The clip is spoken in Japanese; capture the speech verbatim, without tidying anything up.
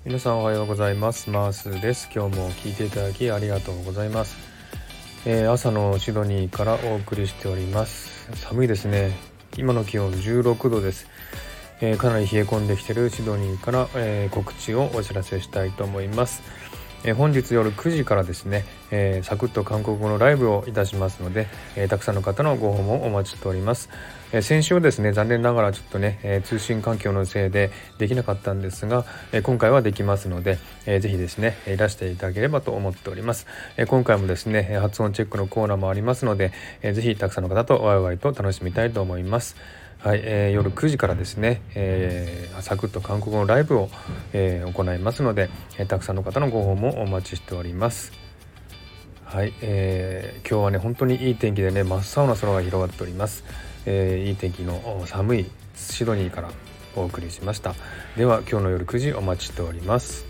皆さんおはようございます。マースです。今日も聞いていただきありがとうございます。えー、朝のシドニーからお送りしております。寒いですね。今の気温じゅうろくどです。えー、かなり冷え込んできているシドニーから、えー、告知をお知らせしたいと思います。えー、本日夜くじからですね、えー、サクッと韓国語のライブをいたしますので、えー、たくさんの方のご訪問をお待ちしております。えー、先週ですね、残念ながらちょっとね、えー、通信環境のせいでできなかったんですが、えー、今回はできますので、えー、ぜひですねいらしていただければと思っております。えー、今回もですね発音チェックのコーナーもありますので、えー、ぜひたくさんの方とワイワイと楽しみたいと思います。はい、えー、夜くじからですね、えー、サクッと韓国語のライブを、えー、行いますので、えー、たくさんの方のご訪問をお待ちしております。はい、えー、今日はね本当にいい天気でね、真っ青な空が広がっております。えー、いい天気の寒いシドニーからお送りしました。では今日の夜くじお待ちしております。